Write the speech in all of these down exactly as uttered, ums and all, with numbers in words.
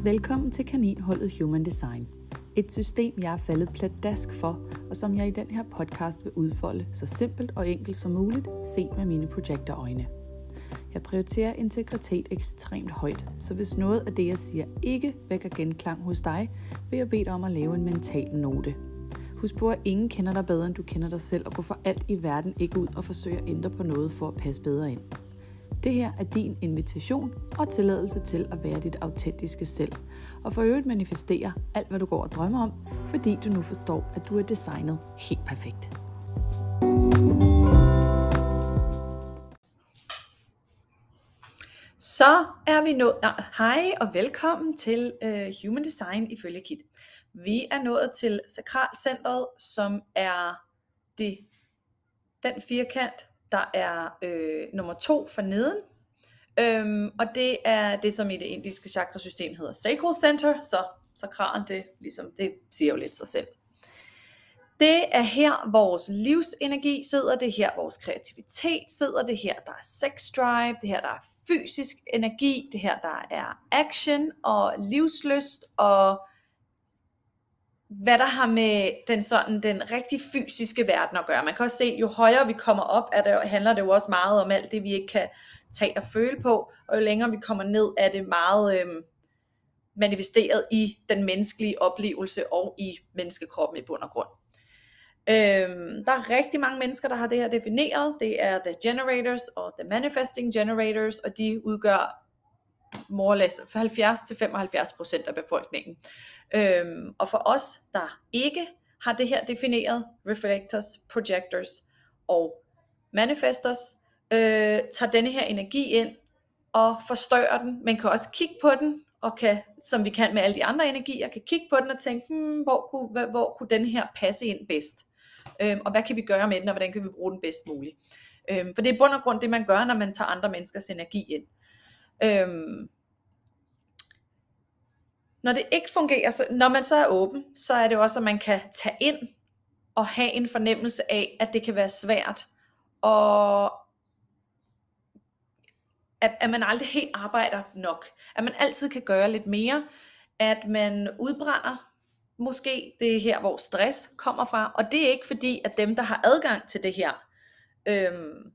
Velkommen til Kaninhullet Human Design. Et system, jeg er faldet pladask for, og som jeg i den her podcast vil udfolde så simpelt og enkelt som muligt, set med mine projektorøjne. Jeg prioriterer integritet ekstremt højt, så hvis noget af det, jeg siger, ikke vækker genklang hos dig, vil jeg bede dig om at lave en mental note. Husk på, at ingen kender dig bedre, end du kender dig selv, og gå for alt i verden ikke ud og forsøge at ændre på noget for at passe bedre ind. Det her er din invitation og tilladelse til at være dit autentiske selv, og for øvrigt manifestere alt, hvad du går og drømmer om, fordi du nu forstår, at du er designet helt perfekt. Så er vi nået. Nå, hej og velkommen til uh, Human Design ifølge Kit. Vi er nået til Sakralcentret, som er det, den firkant, der er øh, nummer to for neden. Øhm, og det er det, som i det indiske chakrasystem hedder Sacral Center, så sakralen, det, ligesom, det siger jo lidt sig selv. Det er her vores livsenergi sidder, det er her vores kreativitet sidder, det er her der er sex drive, det er her der er fysisk energi, det er her der er action og livslyst og hvad der har med den, sådan, den rigtig fysiske verden at gøre. Man kan også se, jo højere vi kommer op, er det, handler det jo også meget om alt det, vi ikke kan tage og føle på, og jo længere vi kommer ned, er det meget øhm, manifesteret i den menneskelige oplevelse og i menneskekroppen i bund og grund. Øhm, der er rigtig mange mennesker, der har det her defineret. Det er the generators og the manifesting generators, og de udgør more or less halvfjerds til femoghalvfjerds procent af befolkningen. Øhm, og for os, der ikke har det her defineret, reflectors, projectors og manifestors, øh, tager denne her energi ind og forstørrer den. Man kan også kigge på den, og kan, som vi kan med alle de andre energier, kan kigge på den og tænke, hmm, hvor, kunne, hvor, hvor kunne den her passe ind bedst? Øhm, og hvad kan vi gøre med den, og hvordan kan vi bruge den bedst muligt? Øhm, for det er i bund og grund det, man gør, når man tager andre menneskers energi ind. Øhm, Når det ikke fungerer, så, når man så er åben, så er det også, at man kan tage ind og have en fornemmelse af, at det kan være svært, og at, at man aldrig helt arbejder nok, at man altid kan gøre lidt mere, at man udbrænder, måske det er her, hvor stress kommer fra, og det er ikke fordi, at dem, der har adgang til det her, øhm,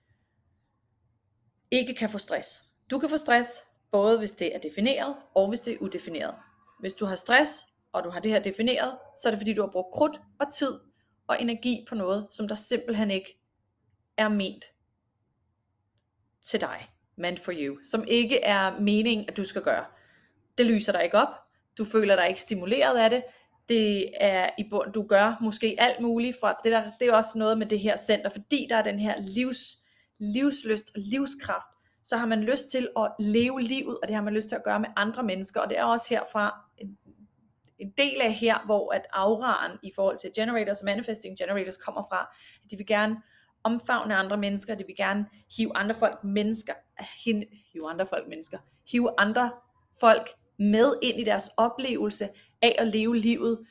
ikke kan få stress. Du kan få stress, både hvis det er defineret, og hvis det er udefineret. Hvis du har stress, og du har det her defineret, så er det fordi, du har brugt krudt og tid og energi på noget, som der simpelthen ikke er ment til dig. Meant for you. Som ikke er meningen, at du skal gøre. Det lyser dig ikke op. Du føler dig ikke stimuleret af det. Det er i bund, du gør måske alt muligt. For det, der, det er også noget med det her center, fordi der er den her livs, livslyst og livskraft, så har man lyst til at leve livet, og det har man lyst til at gøre med andre mennesker, og det er også herfra en, en del af her, hvor at auraen i forhold til generators og manifesting generators kommer fra, at de vil gerne omfavne andre mennesker, de vil gerne hive andre folk mennesker, hive andre folk mennesker, hive andre folk med ind i deres oplevelse af at leve livet.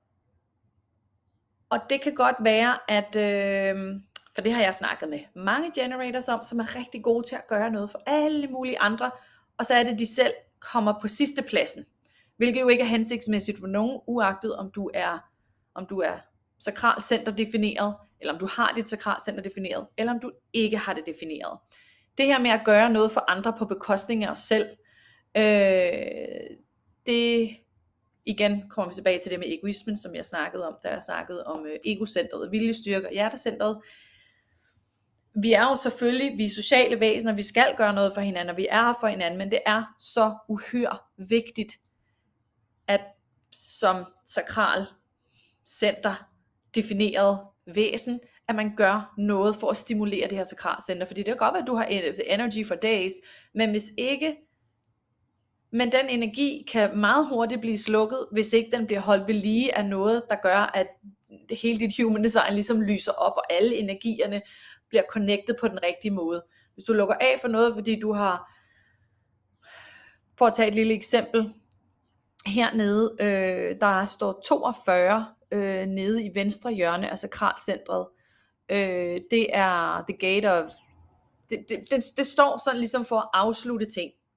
Og det kan godt være, at øh, for det har jeg snakket med mange generators om, som er rigtig gode til at gøre noget for alle mulige andre, og så er det, de selv kommer på sidste pladsen, hvilket jo ikke er hensigtsmæssigt for nogen, uagtet om du er, om du er sakralcenter defineret, eller om du har dit sakralcenter defineret, eller om du ikke har det defineret. Det her med at gøre noget for andre på bekostning af os selv, øh, det igen kommer vi tilbage til det med egoismen, som jeg snakkede om, da jeg snakkede om øh, egocentret, viljestyrke og hjertecentret. Vi er jo selvfølgelig, vi er sociale væsener, vi skal gøre noget for hinanden, og vi er her for hinanden, men det er så uhyre vigtigt, at som sakral center defineret væsen, at man gør noget for at stimulere det her sakralcenter, fordi det kan godt være, at du har energy for days, men hvis ikke, men den energi kan meget hurtigt blive slukket, hvis ikke den bliver holdt ved lige af noget, der gør, at hele dit human design ligesom lyser op, og alle energierne bliver connected på den rigtige måde. Hvis du lukker af for noget, fordi du har, for at tage et lille eksempel, hernede, øh, der står toogfyrre øh, nede i venstre hjørne af sakralcentret. Øh, det er the gate of, det, det, det, det står sådan ligesom for at afslutte ting.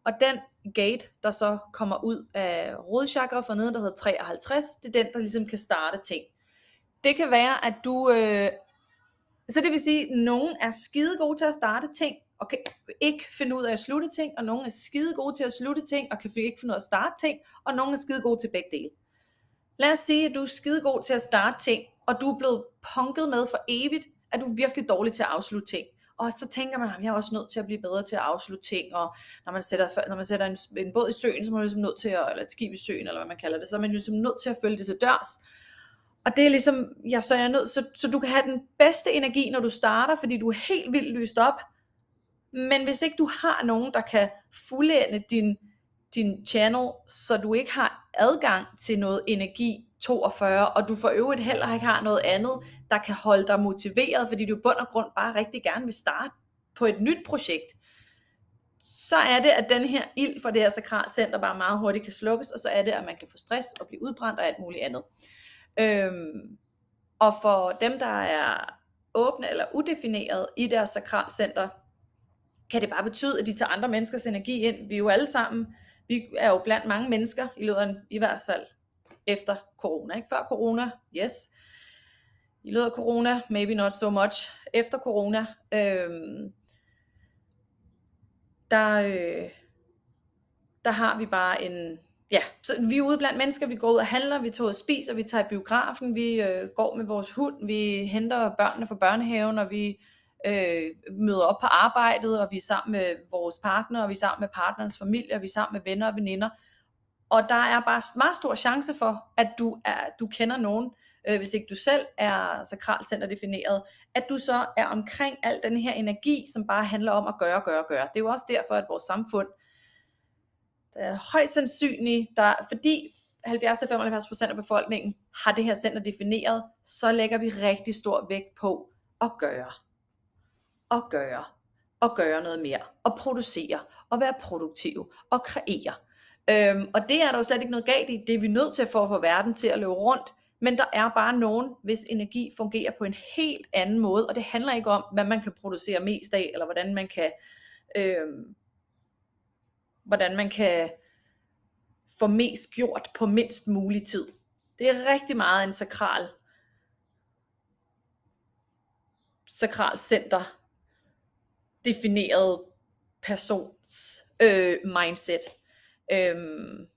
og den gate, der så kommer ud af rodchakra for neden, der hedder treoghalvtreds, det er den, der ligesom kan starte ting. Det kan være, at du, øh, så det vil sige, at nogen er skide gode til at starte ting, og kan ikke finde ud af at slutte ting, og nogen er skide gode til at slutte ting, og kan ikke finde ud af at starte ting, og nogen er skide gode til begge dele. Lad os sige, at du er skide god til at starte ting, og du er blevet punket med for evigt, at du er virkelig dårlig til at afslutte ting. Og så tænker man, at jeg er også nødt til at blive bedre til at afslutte ting, og når man sætter, når man sætter en, en båd i søen, så er man ligesom nødt til at, eller et skib i søen, eller hvad man kalder det, så er man ligesom nødt til at følge det til dørs. Og det er ligesom, ja, så, er jeg nødt, så, så du kan have den bedste energi, når du starter, fordi du er helt vildt lyst op. Men hvis ikke du har nogen, der kan fuldende din, din channel, så du ikke har adgang til noget energi toogfyrre, og du for øvrigt heller ikke har noget andet, der kan holde dig motiveret, fordi du i bund og grund bare rigtig gerne vil starte på et nyt projekt, så er det, at den her ild fra det her sakralcenter bare meget hurtigt kan slukkes, og så er det, at man kan få stress og blive udbrændt og alt muligt andet. Øhm, og for dem, der er åbne eller udefineret i deres sakralcenter, kan det bare betyde, at de tager andre menneskers energi ind. Vi er jo alle sammen, vi er jo blandt mange mennesker, i løbet af, i hvert fald efter corona, ikke? Før corona, yes. I løbet af corona, maybe not so much. Efter corona, øhm, der, øh, der har vi bare en, ja, så vi er ude blandt mennesker, vi går ud og handler, vi tager ud og spiser, vi tager i biografen, vi øh, går med vores hund, vi henter børnene fra børnehaven, og vi øh, møder op på arbejdet, og vi er sammen med vores partner, og vi er sammen med partnerens familie, og vi er sammen med venner og veninder. Og der er bare meget stor chance for, at du, er, du kender nogen, øh, hvis ikke du selv er sakralcenter defineret, at du så er omkring al den her energi, som bare handler om at gøre, gøre, gøre. Det er jo også derfor, at vores samfund er højst sandsynligt, der, fordi halvfjerds til femoghalvfjerds procent af befolkningen har det her center defineret, så lægger vi rigtig stor vægt på at gøre, og gøre, og gøre noget mere, og producere, og være produktiv, og kreere. Øhm, og det er der jo slet ikke noget galt i, det er vi nødt til for at få verden til at løbe rundt, men der er bare nogen, hvis energi fungerer på en helt anden måde, og det handler ikke om, hvad man kan producere mest af, eller hvordan man kan, øhm, hvordan man kan få mest gjort på mindst mulig tid. Det er rigtig meget en sakral, sakral center defineret persons øh, mindset. Øhm,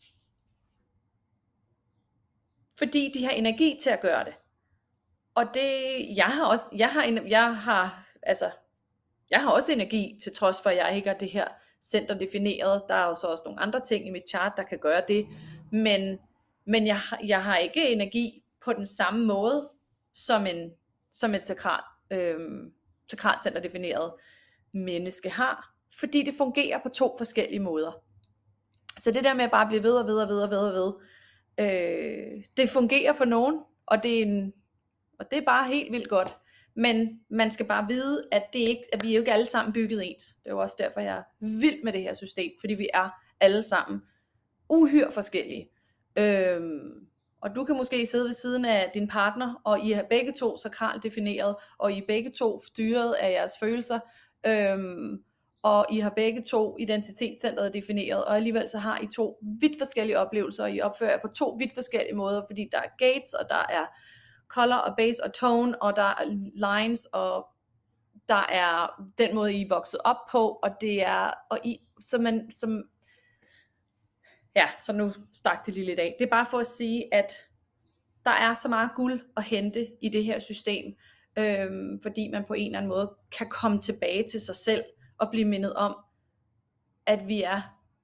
fordi de har energi til at gøre det. Og det, jeg har også, jeg har, jeg har, altså, jeg har også energi, til trods for, at jeg ikke har det her center defineret. Der er jo så også nogle andre ting i mit chart, der kan gøre det. Men, men jeg, jeg har ikke energi på den samme måde, som, en, som et sakral, øhm, sakralt center defineret menneske har. Fordi det fungerer på to forskellige måder. Så det der med at bare blive ved og ved og ved og ved og ved, øh, det fungerer for nogen, og det, er en, og det er bare helt vildt godt. Men man skal bare vide, at, det ikke, at vi er jo ikke alle sammen bygget ens. Det er jo også derfor, jeg er vild med det her system, fordi vi er alle sammen uhyre forskellige. Øhm, og du kan måske sidde ved siden af din partner, og I er begge to sakralt defineret, og I er begge to styret af jeres følelser, øhm, og I har begge to identitetscentret defineret, og alligevel så har I to vidt forskellige oplevelser, og I opfører jer på to vidt forskellige måder, fordi der er gates, og der er color og base og tone, og der er lines, og der er den måde, I er vokset op på, og det er, og I, så man, som, ja, så nu stak det lige lidt af. Det er bare for at sige, at der er så meget guld at hente i det her system, øhm, fordi man på en eller anden måde kan komme tilbage til sig selv, og blive mindet om, at vi er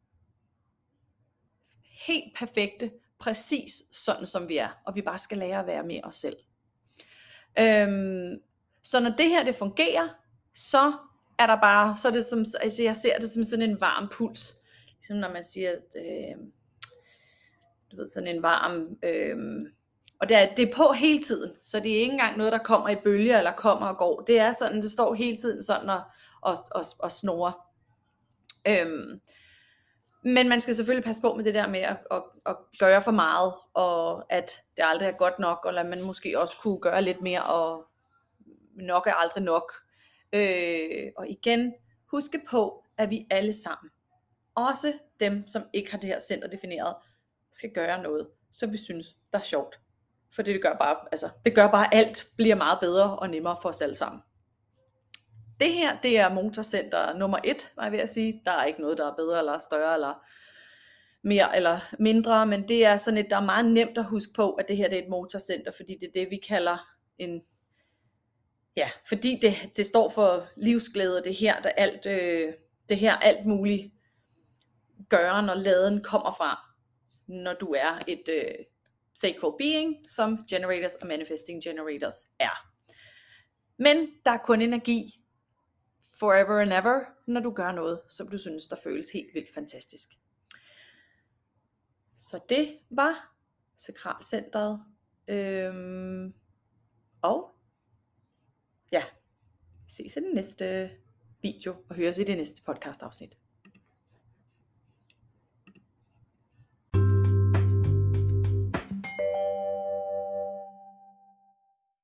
helt perfekte, præcis sådan som vi er, og vi bare skal lære at være med os selv. Øhm, så når det her det fungerer, så er der bare, så er det som, altså jeg ser det som sådan en varm puls, ligesom når man siger, at, øh, du ved, sådan en varm, øh, og det er, det er på hele tiden, så det er ikke engang noget, der kommer i bølger, eller kommer og går, det er sådan, det står hele tiden sådan og, og, og, og snorer. Øhm, men man skal selvfølgelig passe på med det der med at, at, at gøre for meget, og at det aldrig er godt nok, eller man måske også kunne gøre lidt mere, og nok er aldrig nok. Øh, og igen, huske på, at vi alle sammen også dem, som ikke har det her center defineret, skal gøre noget, som vi synes, der er sjovt. For det gør bare, altså, det gør bare, at alt bliver meget bedre og nemmere for os alle sammen. Det her, det er motorcenter nummer et, var jeg ved at sige. Der er ikke noget, der er bedre eller større eller mere eller mindre, men det er sådan et, der er meget nemt at huske på, at det her det er et motorcenter, fordi det er det, vi kalder en, ja, fordi det, det står for livsglæde, det her, der alt, øh, det her alt muligt gøren og laden kommer fra, når du er et øh, sacral being, som generators og manifesting generators er. Men der er kun energi forever and ever, når du gør noget, som du synes, der føles helt vildt fantastisk. Så det var sakralcentret. Øhm, og ja, ses i den næste video og høres i det næste podcast afsnit.